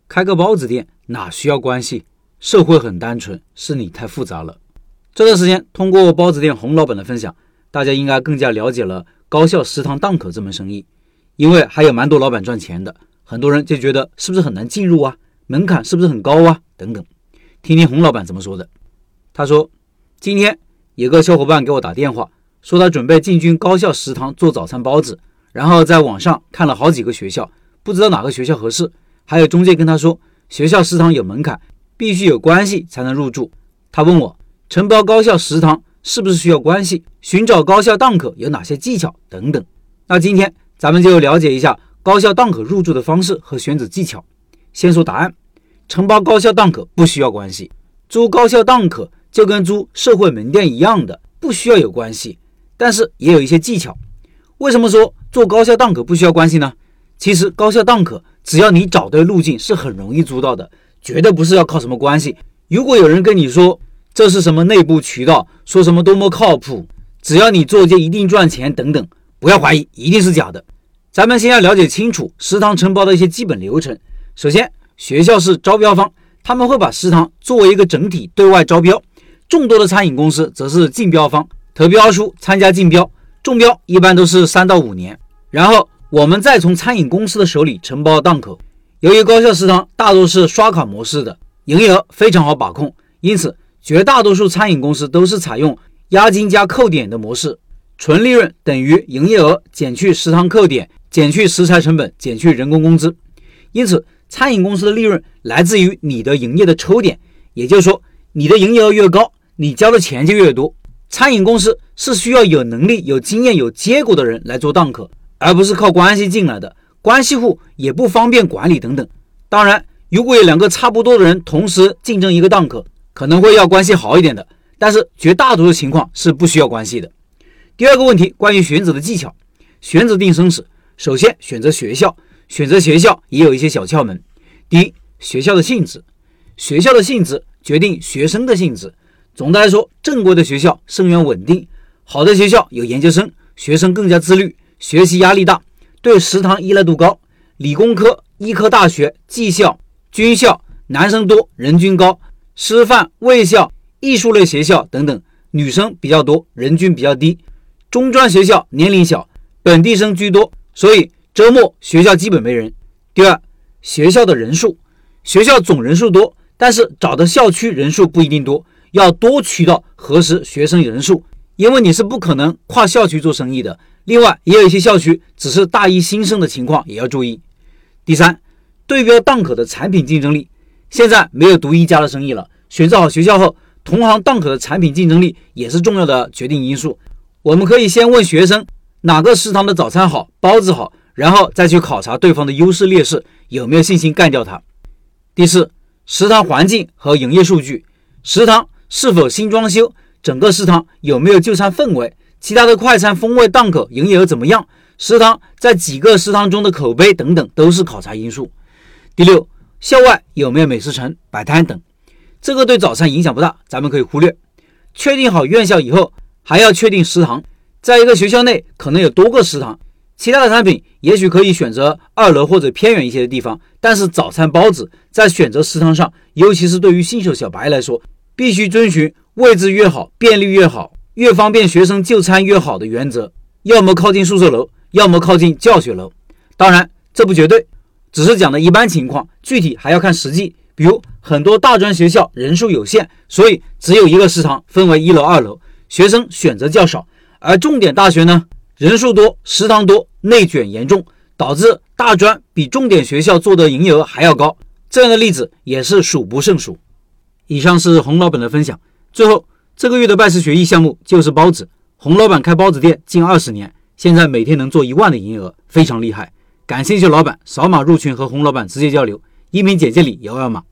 开个包子店哪需要关系？社会很单纯，是你太复杂了。这段时间通过包子店洪老板的分享，大家应该更加了解了高校食堂档口这门生意，因为还有蛮多老板赚钱的，很多人就觉得是不是很难进入啊，门槛是不是很高啊等等。听听洪老板怎么说的。他说，今天有个小伙伴给我打电话，说他准备进军高校食堂做早餐包子，然后在网上看了好几个学校，不知道哪个学校合适，还有中介跟他说学校食堂有门槛，必须有关系才能入驻。他问我承包高校食堂是不是需要关系，寻找高校档口有哪些技巧等等。那今天咱们就了解一下高校档口入驻的方式和选址技巧。先说答案，承包高校档口不需要关系，租高校档口就跟租社会门店一样的，不需要有关系，但是也有一些技巧。为什么说做高校档口不需要关系呢？其实高校档口只要你找对路径是很容易租到的，绝对不是要靠什么关系。如果有人跟你说这是什么内部渠道，说什么多么靠谱，只要你做就一定赚钱等等，不要怀疑，一定是假的。咱们先要了解清楚食堂承包的一些基本流程。首先，学校是招标方，他们会把食堂作为一个整体对外招标，众多的餐饮公司则是竞标方，投标书参加竞标，中标一般都是3到5年，然后我们再从餐饮公司的手里承包档口。由于高校食堂大多是刷卡模式的，营业额非常好把控，因此绝大多数餐饮公司都是采用押金加扣点的模式，纯利润等于营业额减去食堂扣点，减去食材成本，减去人工工资。因此餐饮公司的利润来自于你的营业的抽点，也就是说你的营业额越高，你交的钱就越多。餐饮公司是需要有能力、有经验、有结果的人来做档口，而不是靠关系进来的，关系户也不方便管理等等。当然，如果有2个差不多的人同时竞争一个档口，可能会要关系好一点的，但是绝大多数情况是不需要关系的。第二个问题，关于选址的技巧。选址定生死，首先选择学校，选择学校也有一些小窍门。第一，学校的性质，学校的性质决定学生的性质。总的来说，正规的学校生源稳定，好的学校有研究生，学生更加自律，学习压力大，对食堂依赖度高。理工科、医科大学、技校、军校，男生多，人均高。师范、卫校、艺术类学校等等，女生比较多，人均比较低。中专学校年龄小，本地生居多，所以周末学校基本没人。第二，学校的人数，学校总人数多，但是找的校区人数不一定多，要多渠道核实学生人数，因为你是不可能跨校区做生意的。另外，也有一些校区只是大一新生的情况也要注意。第三，对标档口的产品竞争力。现在没有独一家的生意了，选择好学校后，同行档口的产品竞争力也是重要的决定因素。我们可以先问学生哪个食堂的早餐好，包子好，然后再去考察对方的优势劣势，有没有信心干掉它。第四，食堂环境和营业数据，食堂是否新装修，整个食堂有没有就餐氛围，其他的快餐风味档口营业额怎么样，食堂在几个食堂中的口碑等等都是考察因素。第六，校外有没有美食城、摆摊等，这个对早餐影响不大，咱们可以忽略。确定好院校以后，还要确定食堂。在一个学校内可能有多个食堂，其他的产品也许可以选择2楼或者偏远一些的地方，但是早餐包子在选择食堂上，尤其是对于新手小白来说，必须遵循位置越好、便利越好、越方便学生就餐越好的原则，要么靠近宿舍楼，要么靠近教学楼。当然这不绝对，只是讲的一般情况，具体还要看实际。比如很多大专学校人数有限，所以只有一个食堂分为1楼、2楼，学生选择较少。而重点大学呢，人数多，食堂多，内卷严重，导致大专比重点学校做的营业额还要高。这样的例子也是数不胜数。以上是洪老板的分享。最后，这个月的拜师学艺项目就是包子。洪老板开包子店近20年，现在每天能做1万的营业额，非常厉害。感兴趣的老板扫码入群和洪老板直接交流，音频简介里有2码。